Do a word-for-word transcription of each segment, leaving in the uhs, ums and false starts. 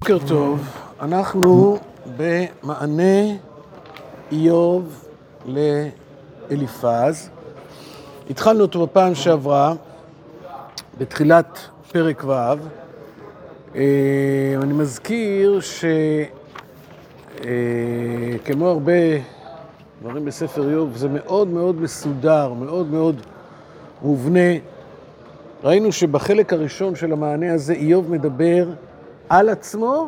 בוקר טוב, אנחנו במענה איוב לאליפז. התחלנו אותו בפעם שעברה, בתחילת פרק ו'. אני מזכיר שכמו הרבה דברים בספר איוב, זה מאוד מאוד מסודר, מאוד מאוד מובנה. ראינו שבחלק הראשון של המענה הזה איוב מדבר על עצמו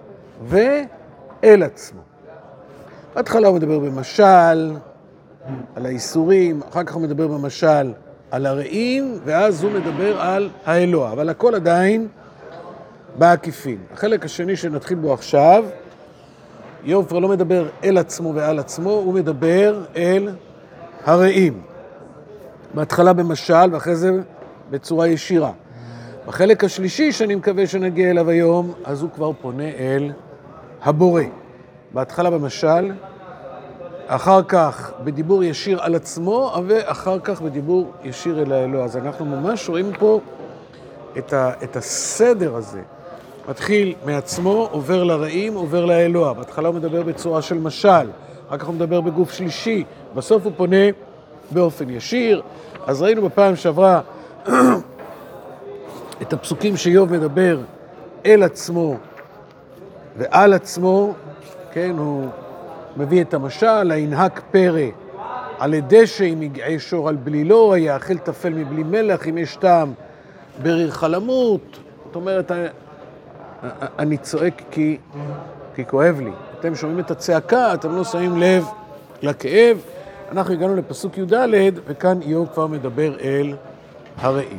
ואל עצמו. בהתחלה הוא מדבר במשל על האיסורים, אחר כך הוא מדבר במשל על הרעים, ואז הוא מדבר על האלוה, אבל הכל עדיין בעקיפין. החלק השני שנתחיל בו עכשיו, איוב כבר לא מדבר אל עצמו ועל עצמו, הוא מדבר אל הרעים. בהתחלה במשל ואחרי זה בצורה ישירה. בחלק השלישי שאני מקווה שנגיע אליו היום, אז הוא כבר פונה אל הבורא. בהתחלה במשל, אחר כך בדיבור ישיר על עצמו, ואחר כך בדיבור ישיר אל האלוה. אז אנחנו ממש רואים פה את, ה, את הסדר הזה. מתחיל מעצמו, עובר לרעים, עובר לאלוה. בהתחלה הוא מדבר בצורה של משל, אחר כך הוא מדבר בגוף שלישי, בסוף הוא פונה באופן ישיר. אז ראינו בפעם שעברה את הפסוקים שאיוב מדבר אל עצמו ועל עצמו, כן, הוא מביא את המשל, הינהק פרא על דשא אם יגעה שור על בלילו, יאכל תפל מבלי מלח אם יש טעם בריח למות. זאת אומרת, אני צועק כי, כי כואב לי. אתם שומעים את הצעקה, אתם לא שמים לב לכאב. אנחנו הגענו לפסוק י"ד, וכאן איוב כבר מדבר אל הרעים.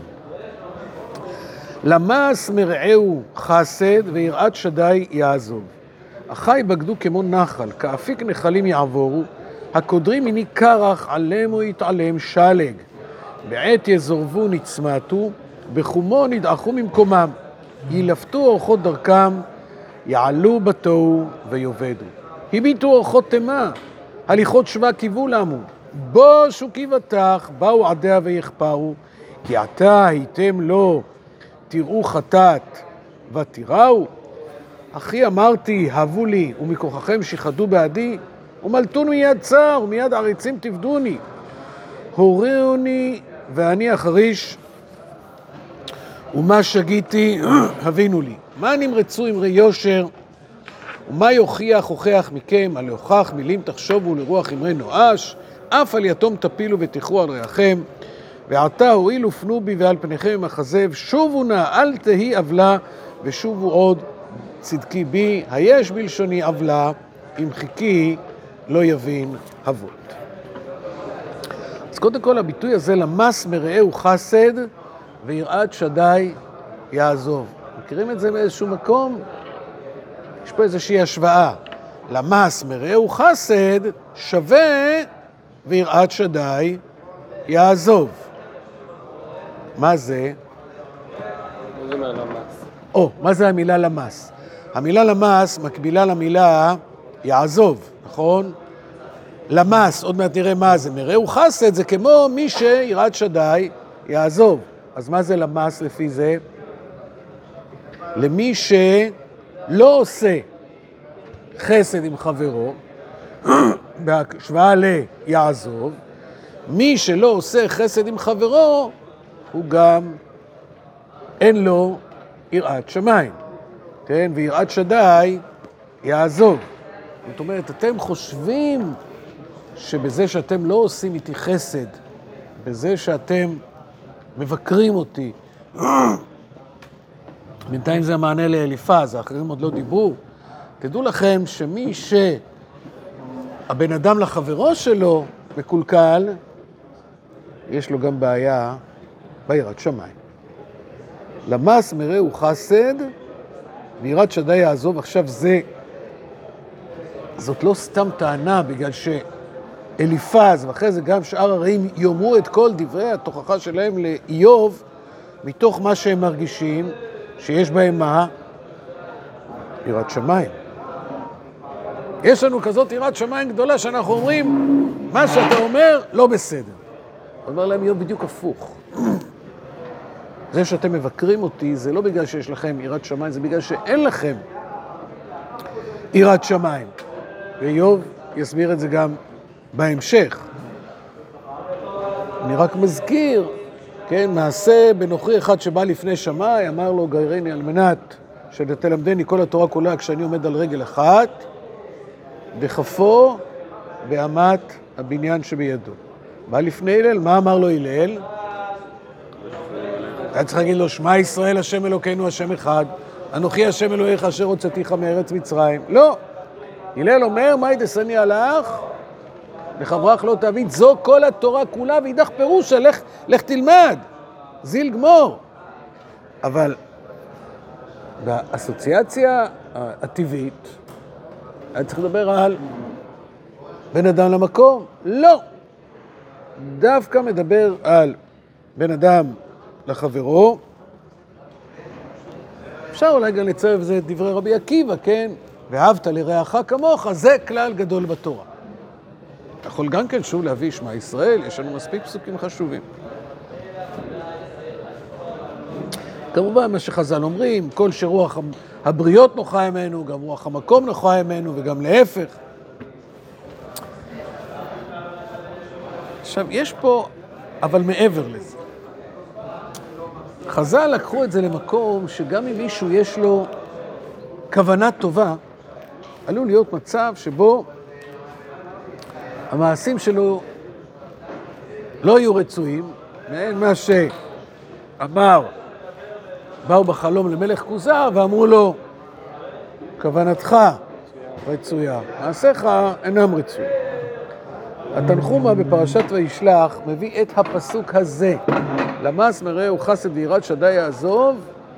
למס מרעהו חסד ויראת שדי יעזוב. החי בגדו כמו נחל, כאפיק נחלים יעבורו, הקודרים מני קרח עלמו יתעלם שלג. בעת יזורבו נצמתו, בחומו נדעכו ממקומם. ילפתו אורחות דרכם, יעלו בתוהו ויובדו. הביטו אורחות תמה, הליכות שווה קיוו למו. בושו קיבתך, באו עדיה ויחפרו, כי עתה הייתם לו תראו חטאת ותיראו. אחי אמרתי, הבו לי, ומכוחכם שיחדו בעדי, ומלטונו מיד צר, ומיד עריצים תבדוני. הוריוני ואני אחריש, ומה שגיתי, הבינו לי. מה נמרצו אמרי יושר, ומה יוכיח הוכח מכם, על הוכח מילים תחשובו לרוח אמרי נואש, אף על יתום תפילו ותכרו על ריחם, ועתה הואילו פנו בי ועל פניכם עם החזב, שובו נא, אל תהי עוולה, ושובו עוד צדקי בי, היש בלשוני עוולה, אם חיכי לא יבין אבות. אז קודם כל הביטוי הזה, למס מרעהו חסד ויראת שדי יעזוב. מכירים את זה מאיזשהו מקום? יש פה איזושהי השוואה. למס מרעהו חסד שווה ויראת שדי יעזוב. מה זה? מה זה למס? או, מה זה המילה למס? המילה למס מקבילה למילה יעזוב, נכון? למס, עוד מעט נראה מה זה. מרעהו חסד זה כמו מי שיראת שדי יעזוב. אז מה זה למס לפי זה? למי שלא עושה חסד עם חברו, בהשוואה ליעזוב, מי שלא עושה חסד עם חברו, הוא גם אין לו יראת שמיים, כן? ויראת שדי יעזוב. זאת אומרת, אתם חושבים שבזה שאתם לא עושים איתי חסד, בזה שאתם מבקרים אותי, בינתיים זה המענה לאליפז, האחרים עוד לא דיברו, תדעו לכם שמי שהבן אדם לחברו שלו מקולקל, יש לו גם בעיה ביראת שמיים. למס מרעהו חסד ויראת שדי יעזוב. עכשיו זה, זאת לא סתם טענה, בגלל שאליפז ואחרי זה גם שאר הרעים יאמרו את כל דברי התוכחה שלהם לאיוב, מתוך מה שהם מרגישים שיש בהם מה? יראת שמיים. יש לנו כזאת יראת שמיים גדולה שאנחנו אומרים, מה שאתה אומר לא בסדר. אומר להם איוב בדיוק הפוך. זה שאתם מבקרים אותי, זה לא בגלל שיש לכם יראת שמיים, זה בגלל שאין לכם יראת שמיים. ואיוב יסביר את זה גם בהמשך. אני רק מזכיר, כן, מעשה בנוכרי אחד שבא לפני שמיים, אמר לו גיירני על מנת שתלמדני כל התורה כולה כשאני עומד על רגל אחת, דחפו באמת הבניין שבידו. בא לפני הלל, מה אמר לו הלל? היה צריך להגיד לו, שמע ישראל השם אלוקינו השם אחד, אנוכי השם אלוהיך אשר הוצאתיך מארץ מצרים. לא. הלל אומר, מאי דשני עלך, לחברך לא תעביד, זו כל התורה כולה, ואידך פירושה, לך, לך תלמד, זיל גמור. אבל באסוציאציה הטבעית, היה צריך לדבר על בן אדם למקום. לא. דווקא מדבר על בן אדם לחברו. אפשר אולי גם לצרף זה את דברי רבי עקיבא, כן? ואהבת לרעך כמוך, זה כלל גדול בתורה. יכול גם כן שוב להביא שמע ישראל, יש לנו מספיק פסוקים חשובים. כמובן מה שחז"ל אומרים, כל שרוח הבריות נוחה ממנו, גם רוח המקום נוחה ממנו, וגם להפך. עכשיו, יש פה, אבל מעבר לזה. חז"ל לקחו את זה למקום שגם אם מישהו יש לו כוונה טובה, עלול להיות מצב שבו המעשים שלו לא יהיו רצויים, מעין מה שאמר, באו בחלום למלך כוזר ואמרו לו, כוונתך רצויה, מעשיך אינם רצויים. התנחומה בפרשת וישלח מביא את הפסוק הזה, למס מרעהו חסד ויראת שדי יעזוב,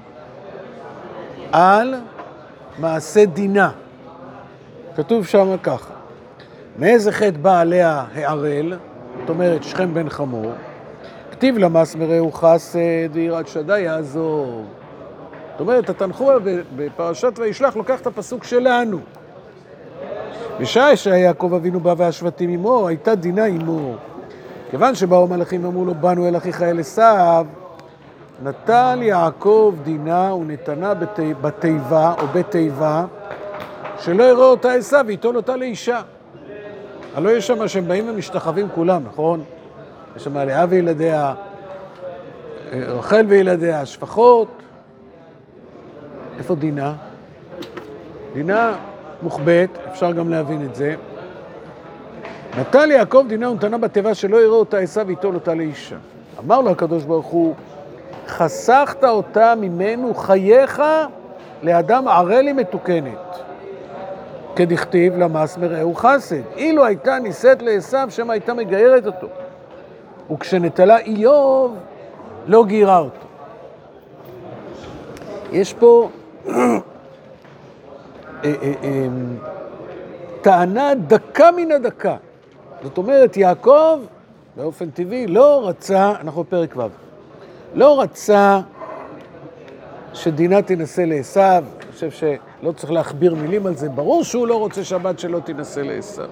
על מעשה דינה. כתוב שם ככה, מאיזה חטא בא עליה הערל, זאת אומרת שכם בן חמור, כתיב למס מרעהו חסד ויראת שדי יעזוב. זאת אומרת, התנחומה בפרשת וישלח לוקח את הפסוק שלנו. בשעה שיעקב אבינו בא והשבטים עמו, הייתה דינה עמו. כיוון שבאו מלאכים ואמרו לו, באנו אל אחיך אל עשיו, נטל יעקב דינה ונתנה בתיבה או בתיבה, שלא יראה אותה עשיו ויטול אותה לאישה. הלא יש שם שהם באים ומשתחווים כולם, נכון? יש שם לאה וילדיה, רחל וילדיה, שפחות. איפה דינה? דינה מוחבאת, אפשר גם להבין את זה. נטל יעקב דינה ונתנה בתיבה שלא יראה אותה עשיו ויטול אותה לאישה. אמר לו הקדוש ברוך הוא, חסכת אותה ממנו חייך לאדם ערלי מתוקנת. כדכתיב למס מרעהו חסד. אילו הייתה נישאת לעשיו, שמה הייתה מגיירת אותו. וכשנטלה איוב, לא גירה אותו. יש פה טענה דקה מן הדקה. זאת אומרת, יעקב, באופן טבעי, לא רצה, אנחנו בפרק ו', לא רצה שדינה תנסה לעשיו. אני חושב שלא צריך להכביר מילים על זה. ברור שהוא לא רוצה שהבת שלו תנסה לעשיו.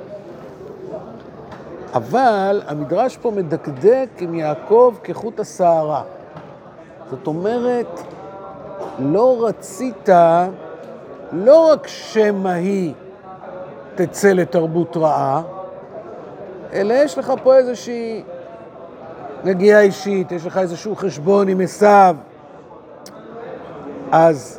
אבל המדרש פה מדקדק עם יעקב כחוט השערה. זאת אומרת, לא רצית, לא רק שמה היא תצא לתרבות רעה, אלא יש לך פה איזושהי נגיעה אישית, יש לך איזשהו חשבון עם עשיו. אז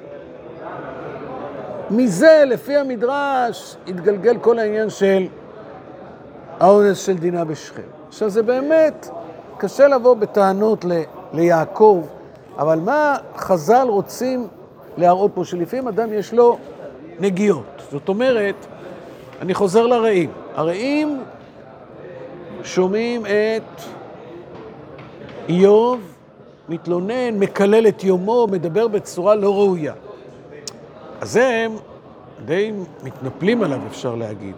מזה, לפי המדרש, התגלגל כל העניין של האונס של דינה בשכם. עכשיו זה באמת קשה לבוא בטענות ל- ליעקב, אבל מה חז"ל רוצים להראות פה? שלפעמים אדם יש לו נגיעות. זאת אומרת, אני חוזר לרעים. הרעים שומעים את איוב, מתלונן, מקלל את יומו, מדבר בצורה לא ראויה. אז הם די מתנפלים עליו, אפשר להגיד.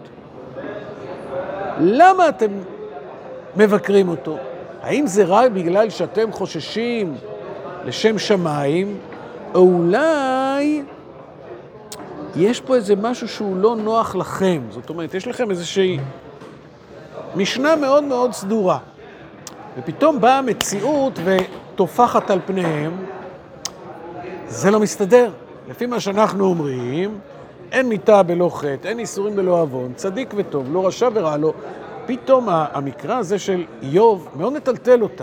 למה אתם מבקרים אותו? האם זה רק בגלל שאתם חוששים לשם שמיים, או אולי יש פה איזה משהו שהוא לא נוח לכם? זאת אומרת, יש לכם איזושהי משנה מאוד מאוד סדורה, ופתאום באה המציאות ותופחת על פניהם, זה לא מסתדר. לפי מה שאנחנו אומרים, אין מיתה בלא חטא, אין איסורים בלא עוון, צדיק וטוב, לא רשע ורע לו. פתאום המקרא הזה של איוב מאוד מטלטל אותם.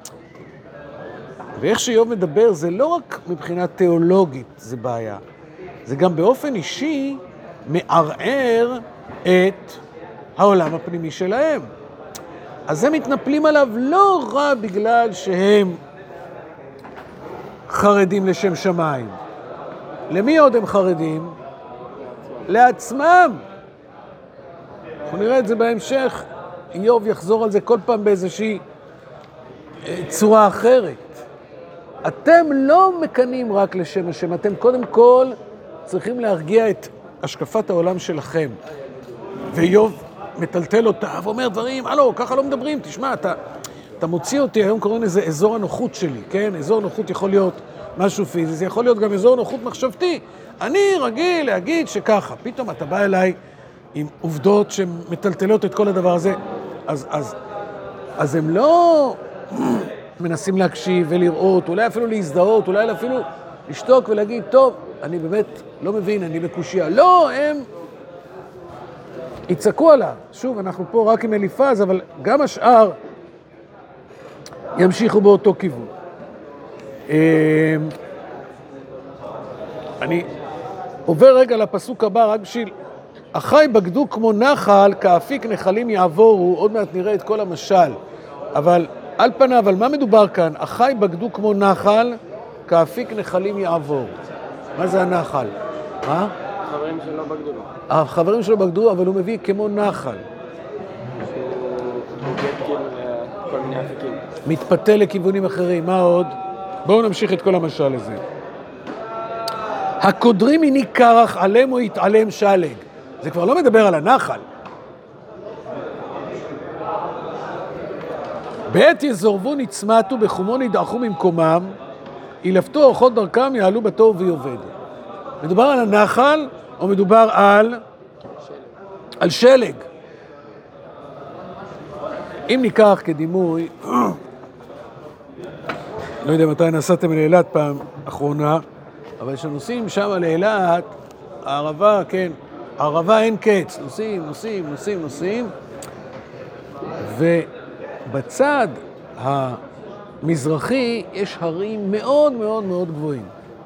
ואיך שאיוב מדבר זה לא רק מבחינה תיאולוגית זה בעיה, זה גם באופן אישי מערער את העולם הפנימי שלהם. אז הם מתנפלים עליו לא רק בגלל שהם חרדים לשם שמיים. למי עוד הם חרדים? לעצמם. אנחנו נראה את זה בהמשך. איוב יחזור על זה כל פעם באיזושהי צורה אחרת. אתם לא מקנים רק לשם השם, אתם קודם כל צריכים להרגיע את השקפת העולם שלכם. ואיוב מטלטל אותה ואומר דברים, הלו, ככה לא מדברים, תשמע, אתה, אתה מוציא אותי, היום קוראים לזה אזור הנוחות שלי, כן? אזור נוחות יכול להיות משהו פיזי, זה יכול להיות גם אזור נוחות מחשבתי. אני רגיל להגיד שככה, פתאום אתה בא אליי עם עובדות שמטלטלות את כל הדבר הזה, אז, אז, אז הם לא מנסים להקשיב ולראות, אולי אפילו להזדהות, אולי אפילו לשתוק ולהגיד, טוב, אני באמת לא מבין, אני בקושיה. לא, הם יצעקו עליו. שוב, אנחנו פה רק עם אליפז, אבל גם השאר ימשיכו באותו כיוון. אני עובר רגע לפסוק הבא, רק בשביל, החי בגדו כמו נחל, כאפיק נחלים יעבורו, עוד מעט נראה את כל המשל. אבל על פניו, על מה מדובר כאן? החי בגדו כמו נחל, כאפיק נחלים יעבור. מה זה הנחל? מה? החברים שלו בגדו לו. החברים שלו בגדו, אבל הוא מביא כמו נחל. שהוא בוגד כאילו לכל מיני אפיקים. מתפתה לכיוונים אחרים. מה עוד? בואו נמשיך את כל המשל הזה. הקודרים מיני קרח, עלם או יתעלם שלג. זה כבר לא מדבר על הנחל. בעת יזורבו נצמתו, בחומון ידעכו ממקומם, ילפתו אורחות דרכם, יעלו בתור ויובד. מדובר על הנחל, או מדובר על? שלג. על שלג. אם ניקח כדימוי, לא יודע מתי נסעתם לאילת פעם אחרונה, אבל כשנוסעים שם לאילת, הערבה, כן, הערבה אין קץ, נוסעים, נוסעים, נוסעים, נוסעים, ובצד המזרחי יש הרים מאוד מאוד מאוד גבוהים.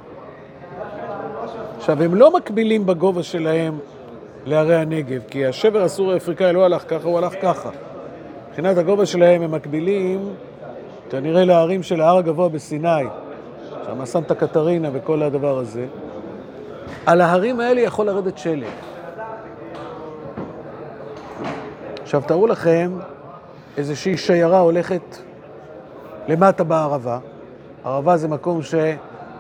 עכשיו, הם לא מקבילים בגובה שלהם להרי הנגב, כי השבר הסורי האפריקאי לא הלך ככה, הוא הלך ככה. מבחינת הגובה שלהם הם מקבילים, כנראה להרים של ההר הגבוה בסיני, שם סנטה קטרינה וכל הדבר הזה. על ההרים האלה יכול לרדת שלג. עכשיו, תראו לכם איזושהי שיירה הולכת למטה בערבה. הערבה זה מקום שאין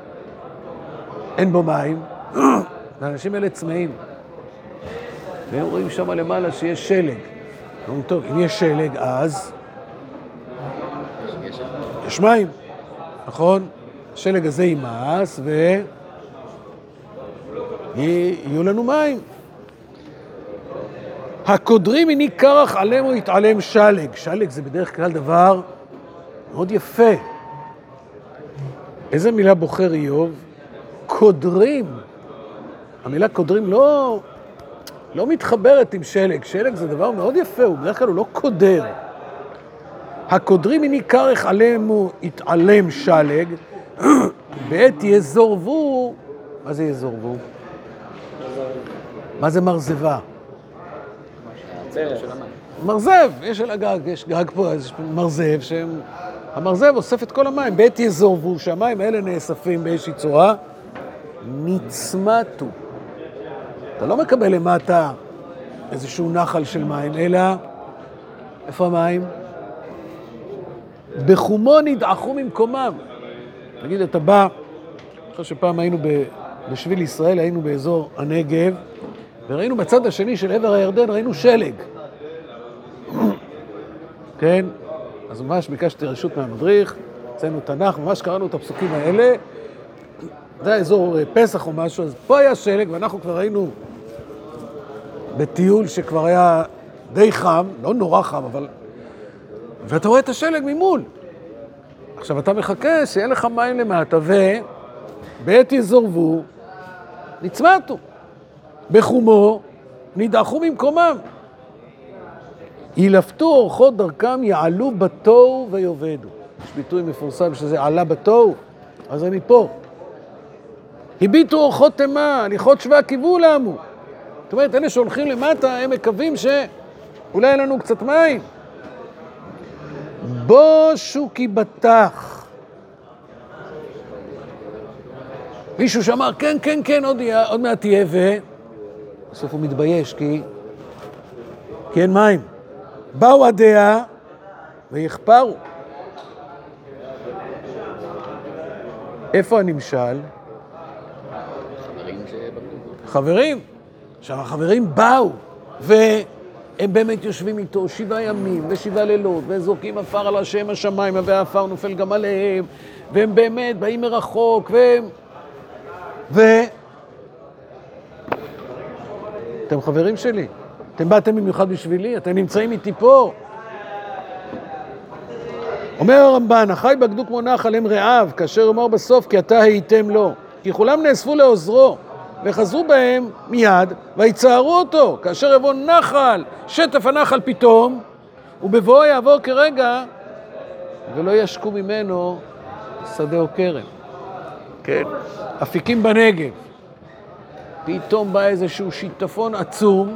בו מים, והאנשים האלה צמאים. והם רואים שם למעלה שיש שלג. אומרים, טוב, אם יש שלג, אז יש מים, נכון? השלג הזה יימאס, ויהיו לנו מים. הקודרים מיני קרח, עלם או יתעלם שלג. שלג זה בדרך כלל דבר מאוד יפה. איזה מילה בוחר איוב? קודרים. המילה קודרים לא, לא מתחברת עם שלג. שלג זה דבר מאוד יפה, הוא בדרך כלל הוא לא קודר. הקודרים מיני קרח, עלם או יתעלם שלג. בעת יזורבו, מה זה יזורבו? מה זה מרזבה? מרזב, יש על הגג, יש גג פה, יש מרזב, שהם... המרזב אוסף את כל המים, בעת יזורבו, שהמים האלה נאספים באיזושהי צורה, נצמתו. אתה לא מקבל למטה איזשהו נחל של מים, אלא, איפה המים? בחומון ידעכו ממקומם. נגיד, אתה בא, אחרי שפעם היינו בשביל ישראל, היינו באזור הנגב, וראינו בצד השני של עבר הירדן, ראינו שלג. כן? אז ממש ביקשתי רשות מהמדריך, ציינו תנ"ך, ממש קראנו את הפסוקים האלה, זה האזור פסח או משהו, אז פה היה שלג, ואנחנו כבר היינו בטיול שכבר היה די חם, לא נורא חם, אבל... ואתה רואה את השלג ממול. עכשיו אתה מחכה שיהיה לך מים למטה, ובעת יזורבו, נצמתו. בחומו, נדחו ממקומם. ילפתו אורחות דרכם, יעלו בתוהו ויובדו. יש ביטוי מפורסם שזה עלה בתוהו, אז אני פה. הביטו אורחות תמה, הליכות שווה קיוו לעמו. זאת אומרת, אלה שהולכים למטה, הם מקווים שאולי יהיה לנו קצת מים. בושו כי בטח. מישהו שאמר, כן, כן, כן, עוד, יהיה, עוד מעט תהיה, ובסוף הוא מתבייש, כי, כי אין מים. באו הדעה ויחפרו. איפה הנמשל? חברים. עכשיו, החברים באו, והם באמת יושבים איתו שבעה ימים ושבעה לילות, וזורקים עפר על השם השמיים, והעפר נופל גם עליהם, והם באמת באים מרחוק, והם... ו... אתם חברים שלי, אתם באתם במיוחד בשבילי, אתם נמצאים איתי פה. אומר הרמב"ן, החי בגדו כמו נחל הם רעב, כאשר אמר בסוף כי אתה הייתם לו, כי כולם נאספו לעוזרו, וחזרו בהם מיד, ויצערו אותו, כאשר יבוא נחל, שטף הנחל פתאום, ובבואו יעבור כרגע, ולא ישקו ממנו שדה או כרם. כן? אפיקים בנגב. פתאום בא איזשהו שיטפון עצום,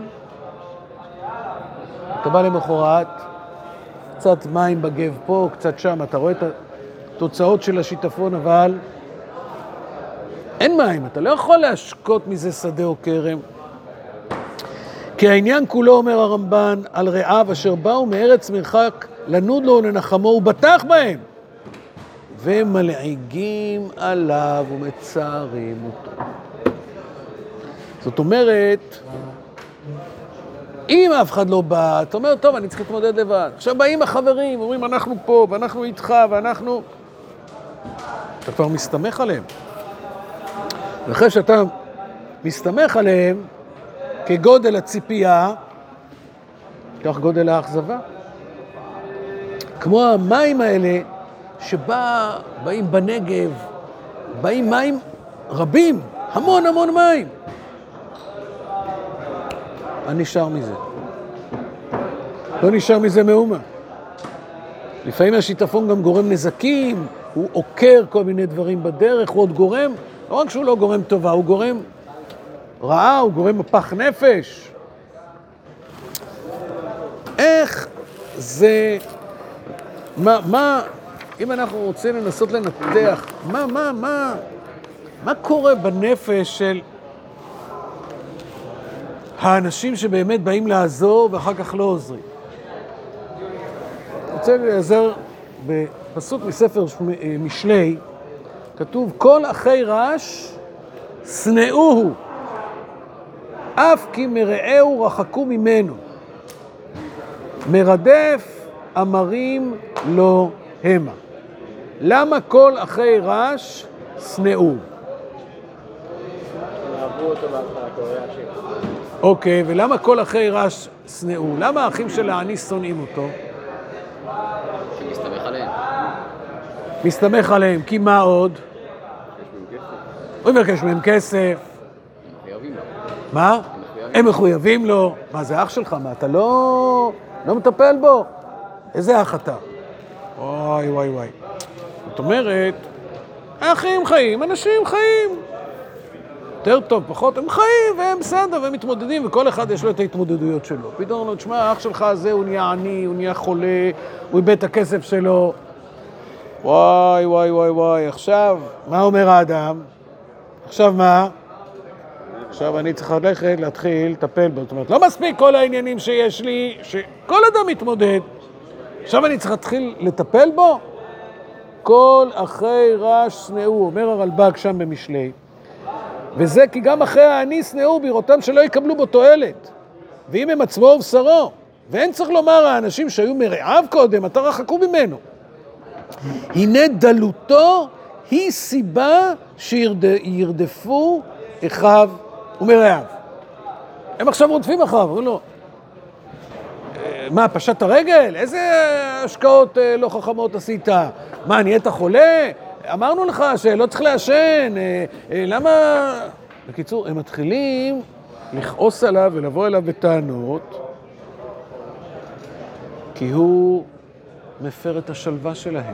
אתה בא למחרת, קצת מים בגב פה, קצת שם, אתה רואה את התוצאות של השיטפון, אבל אין מים, אתה לא יכול להשקות מזה שדה או כרם. כי העניין כולו, אומר הרמב"ן, על רעב אשר באו מארץ מרחק לנוד לו ולנחמו, ובטח בהם. והם מלעיגים עליו ומצערים אותו. זאת אומרת, אם אף אחד לא בא, אתה אומר, טוב, אני צריך להתמודד לבד. עכשיו באים החברים, אומרים, אנחנו פה, ואנחנו איתך, ואנחנו... אתה כבר מסתמך עליהם. ואחרי שאתה מסתמך עליהם, כגודל הציפייה, כך גודל האכזבה. כמו המים האלה, שבאים בנגב, באים מים רבים, המון המון מים. מה נשאר מזה? לא נשאר מזה מאומה. לפעמים השיטפון גם גורם נזקים, הוא עוקר כל מיני דברים בדרך, הוא עוד גורם, לא רק שהוא לא גורם טובה, הוא גורם רעה, הוא גורם מפח נפש. איך זה, מה, מה, אם אנחנו רוצים לנסות לנתח, מה, מה, מה, מה קורה בנפש של האנשים שבאמת באים לעזור ואחר כך לא עוזרים? אני רוצה לעזר בפסוק מספר משלי, כתוב, כל אחי רש שנאוהו, אף כי מרעהו רחקו ממנו. מרדף אמרים לא המה. למה כל אחי רש שנאו? אהבו אותו בהתחלה, קורא השם. אוקיי, ולמה כל אחי רש שנאו? למה האחים של העני שונאים אותו? כי מסתמך עליהם. מסתמך עליהם, כי מה עוד? הוא מבקש מהם כסף. מחויבים לו. מה? הם מחויבים לו. מה, זה אח שלך? מה, אתה לא, לא מטפל בו? איזה אח אתה? וואי, וואי, וואי. זאת אומרת, האחים חיים, אנשים חיים. יותר טוב, פחות, הם חיים, והם בסדר, והם מתמודדים, וכל אחד יש לו את ההתמודדויות שלו. פתאום, תשמע, האח שלך הזה, הוא נהיה עני, הוא נהיה חולה, הוא איבד את הכסף שלו. וואי, וואי, וואי, וואי. עכשיו, מה אומר האדם? עכשיו מה? עכשיו אני צריך ללכת, להתחיל, לטפל בו. זאת אומרת, לא מספיק כל העניינים שיש לי, שכל אדם מתמודד. עכשיו אני צריך להתחיל לטפל בו? כל אחרי רש שנאו, אומר הרלב"ג שם במשלי. וזה כי גם אחרי העני שנאו בראותם שלא יקבלו בו תועלת. ואם הם עצמו ובשרו. ואין צריך לומר, האנשים שהיו מרעב קודם, אתה רחקו ממנו. הנה דלותו היא סיבה שירדפו אחיו ומרעיו. הם עכשיו רודפים אחריו, אומרים לו, מה, פשט הרגל? איזה השקעות לא חכמות עשית? מה, נהיית חולה? אמרנו לך שלא צריך לעשן, למה... בקיצור, הם מתחילים לכעוס עליו ולבוא אליו בטענות, כי הוא מפר את השלווה שלהם.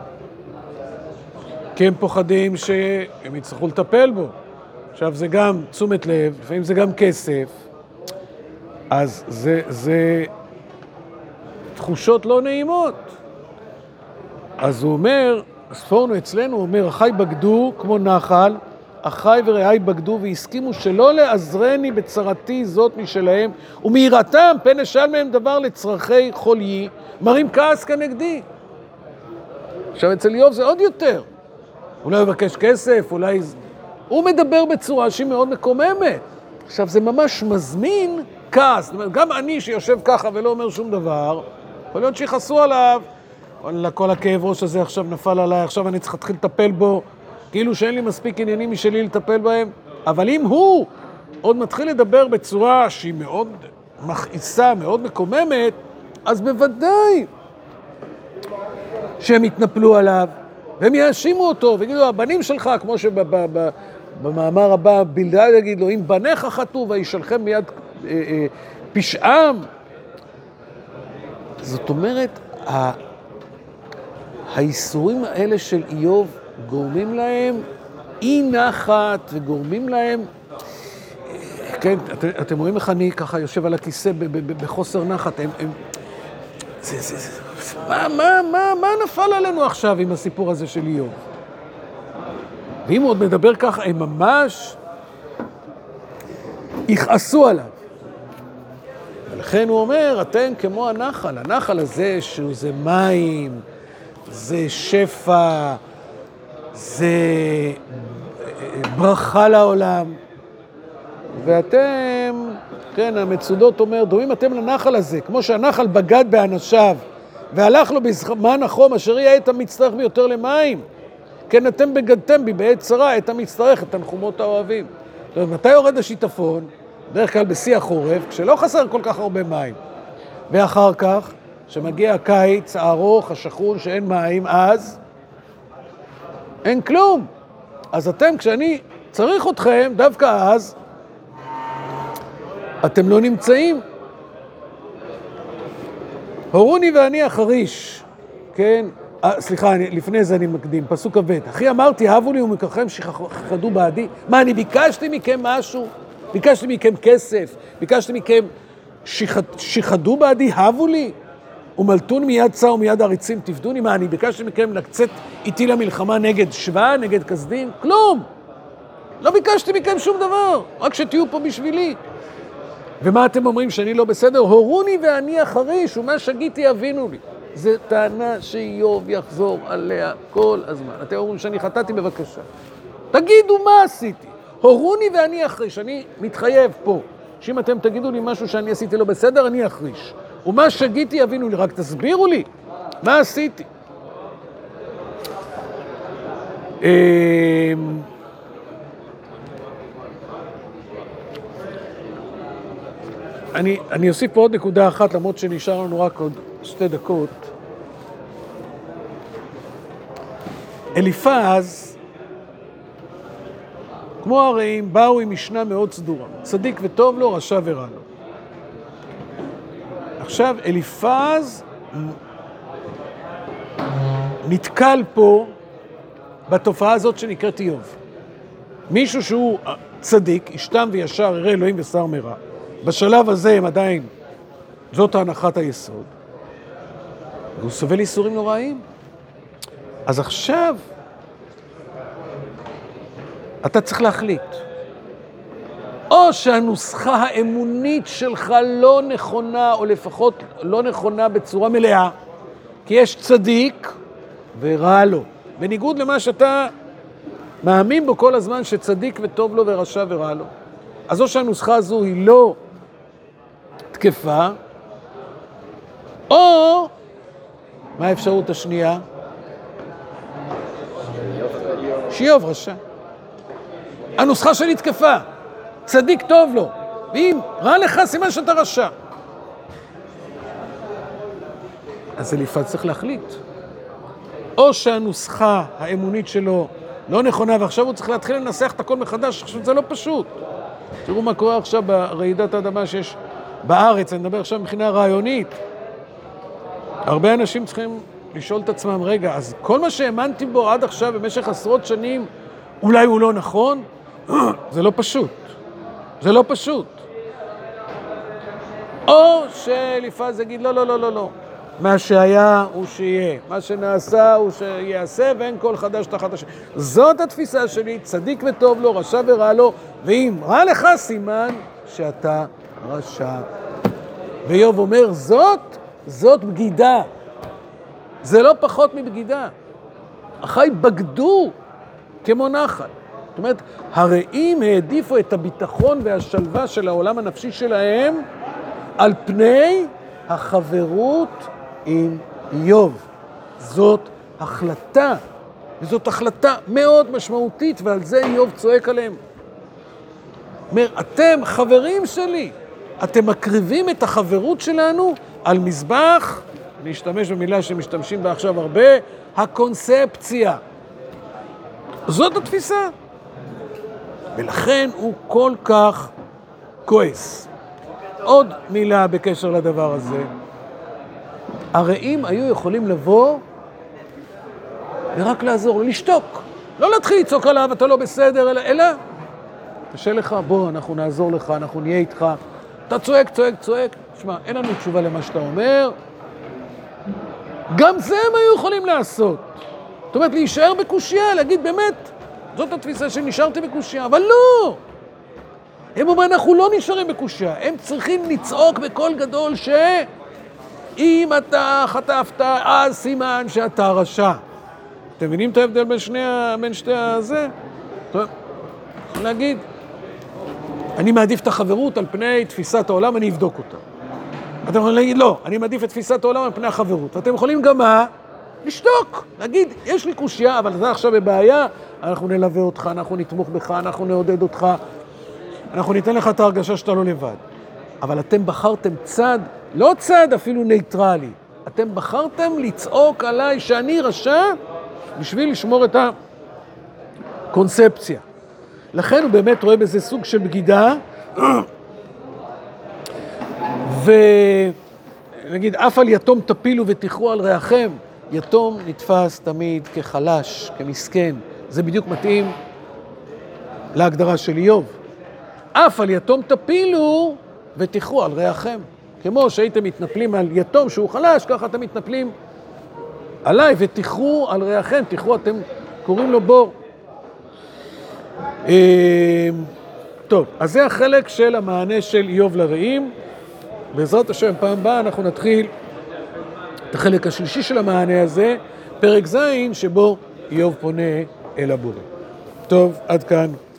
כי הם פוחדים שהם יצטרכו לטפל בו. עכשיו זה גם תשומת לב, לפעמים זה גם כסף, אז זה, זה תחושות לא נעימות. אז הוא אומר, ספורנו אצלנו, הוא אומר, אחי בגדו כמו נחל, אחי ורעי בגדו והסכימו שלא לעזרני בצרתי זאת משלהם, ומהירתם פן אשאל מהם דבר לצרכי חוליי, מרים כעס כנגדי. עכשיו אצל איוב זה עוד יותר. אולי הוא מבקש כסף, אולי... הוא מדבר בצורה שהיא מאוד מקוממת. עכשיו זה ממש מזמין כעס. זאת אומרת, גם אני שיושב ככה ולא אומר שום דבר, יכול להיות שיחסו עליו, כל הכאב ראש הזה עכשיו נפל עליי, עכשיו אני צריך להתחיל לטפל בו, כאילו שאין לי מספיק עניינים משלי לטפל בהם. אבל אם הוא עוד מתחיל לדבר בצורה שהיא מאוד מכעיסה, מאוד מקוממת, אז בוודאי שהם יתנפלו עליו, והם יאשימו אותו, ויגידו, הבנים שלך, כמו שבמאמר הבא, בלדד יגיד לו, אם בניך חטאו וישלחם מיד אה, אה, פשעם. זאת אומרת, ה... האיסורים האלה של איוב גורמים להם אי נחת, וגורמים להם, כן, את, אתם רואים איך אני ככה יושב על הכיסא ב, ב, ב, בחוסר נחת, הם, הם, זה, זה, זה, מה, מה, מה, מה נפל עלינו עכשיו עם הסיפור הזה של איוב? ואם הוא עוד מדבר ככה, הם ממש יכעסו עליו. ולכן הוא אומר, אתם כמו הנחל, הנחל הזה שזה מים, זה שפע, זה ברכה לעולם. ואתם, כן, המצודות אומר, דומים אתם לנחל הזה, כמו שהנחל בגד באנשיו, והלך לו בזמן החום, אשר יהיה את המצטרך ביותר למים. כן, אתם בגדתם בי בעת צרה, את המצטרך, את תנחומות האוהבים. זאת אומרת, מתי יורד השיטפון? בדרך כלל בשיא החורף, כשלא חסר כל כך הרבה מים. ואחר כך, שמגיע הקיץ הארוך, השחון, שאין מים, אז אין כלום. אז אתם, כשאני צריך אתכם, דווקא אז, אתם לא נמצאים. הורוני ואני החריש, כן? 아, סליחה, אני, לפני זה אני מקדים, פסוק כבד. אחי אמרתי, הבו לי ומכם שחדו בעדי. מה, אני ביקשתי מכם משהו? ביקשתי מכם כסף? ביקשתי מכם שחד, שחדו בעדי, הבו לי? ומלטון מיד צר ומיד עריצים תפדוני. מה, אני ביקשתי מכם לצאת איתי למלחמה נגד שבא, נגד כסדים? כלום! לא ביקשתי מכם שום דבר, רק שתהיו פה בשבילי. ומה אתם אומרים שאני לא בסדר? הורוני ואני החריש, ומה שגיתי אבינו לי. זו טענה שאיוב יחזור עליה כל הזמן. אתם אומרים שאני חטאתי, בבקשה. תגידו מה עשיתי. הורוני ואני החריש, אני מתחייב פה, שאם אתם תגידו לי משהו שאני עשיתי לא בסדר, אני אחריש. ומה שגיתי אבינו לי, רק תסבירו לי מה עשיתי. אני, אני אוסיף פה עוד נקודה אחת, למרות שנשאר לנו רק עוד שתי דקות. אליפז, כמו הרעים, באו עם משנה מאוד סדורה. צדיק וטוב לו, רשע ורע לו. עכשיו, אליפז נתקל פה בתופעה הזאת שנקראת איוב. מישהו שהוא צדיק, ישתם וישר, ירא אלוהים ושר מרע. בשלב הזה הם עדיין, זאת ההנחת היסוד. והוא סובל איסורים נוראים. אז עכשיו, אתה צריך להחליט. או שהנוסחה האמונית שלך לא נכונה, או לפחות לא נכונה בצורה מלאה, כי יש צדיק ורע לו. בניגוד למה שאתה מאמין בו כל הזמן, שצדיק וטוב לו ורשע ורע לו. אז או שהנוסחה הזו היא לא תקפה, או, מה האפשרות השנייה? שאיוב רשע. הנוסחה שלי תקפה. צדיק טוב לו, ואם רע לך סימן שאתה רשע. אז אליפז צריך להחליט. או שהנוסחה האמונית שלו לא נכונה, ועכשיו הוא צריך להתחיל לנסח את הכל מחדש, עכשיו זה לא פשוט. תראו מה קורה עכשיו ברעידת האדמה שיש בארץ, אני מדבר עכשיו מבחינה רעיונית. הרבה אנשים צריכים לשאול את עצמם, רגע, אז כל מה שהאמנתי בו עד עכשיו במשך עשרות שנים, אולי הוא לא נכון? זה לא פשוט. זה לא פשוט. או שאליפז יגיד, לא, לא, לא, לא, לא. מה שהיה הוא שיהיה. מה שנעשה הוא שיעשה, ואין כל חדש תחת השם. זאת התפיסה שלי, צדיק וטוב לו, רשע ורע לו, ואם רע לך סימן שאתה רשע. ואיוב אומר, זאת, זאת בגידה. זה לא פחות מבגידה. החי בגדו כמו נחל. זאת אומרת, הרעים העדיפו את הביטחון והשלווה של העולם הנפשי שלהם על פני החברות עם איוב. זאת החלטה, וזאת החלטה מאוד משמעותית, ועל זה איוב צועק עליהם. אומר, אתם חברים שלי, אתם מקריבים את החברות שלנו על מזבח, אני אשתמש במילה שמשתמשים בה עכשיו הרבה, הקונספציה. זאת התפיסה. ולכן הוא כל כך כועס. עוד מילה בקשר לדבר הזה. הרעים היו יכולים לבוא ורק לעזור, לשתוק. לא להתחיל לצעוק עליו, אתה לא בסדר, אלא, אלא קשה לך, בוא, אנחנו נעזור לך, אנחנו נהיה איתך. אתה צועק, צועק, צועק. תשמע, אין לנו תשובה למה שאתה אומר. גם זה הם היו יכולים לעשות. זאת אומרת, להישאר בקושיה, להגיד באמת, זאת התפיסה שנשארתי בקושיה, אבל לא! הם אומרים, אנחנו לא נשארים בקושיה, הם צריכים לצעוק בקול גדול שאם אתה חטפת, אז סימן שאתה רשע. אתם מבינים את ההבדל בין שני, בין שתי הזה? טוב, צריכים להגיד, אני מעדיף את החברות על פני תפיסת העולם, אני אבדוק אותה. אתם יכולים להגיד, לא, אני מעדיף את תפיסת העולם על פני החברות. ואתם יכולים גם מה? לשתוק, להגיד, יש לי קושיה, אבל אתה עכשיו בבעיה, אנחנו נלווה אותך, אנחנו נתמוך בך, אנחנו נעודד אותך, אנחנו ניתן לך את ההרגשה שאתה לא לבד. אבל אתם בחרתם צד, לא צד אפילו ניטרלי, אתם בחרתם לצעוק עליי שאני רשע, בשביל לשמור את הקונספציה. לכן הוא באמת רואה בזה סוג של בגידה, ונגיד, אף על יתום תפילו ותכרו על ריחם, יתום נתפס תמיד כחלש, כמסכן. זה בדיוק מתאים להגדרה של איוב. אף על יתום תפילו ותכרו על ריחם. כמו שהייתם מתנפלים על יתום שהוא חלש, ככה אתם מתנפלים עליי, ותכרו על ריחם. תכרו, אתם קוראים לו בור. טוב, אז זה החלק של המענה של איוב לרעים. בעזרת השם, פעם הבאה אנחנו נתחיל את החלק השלישי של המענה הזה, פרק ז' שבו איוב פונה אל הבורא. טוב, עד כאן.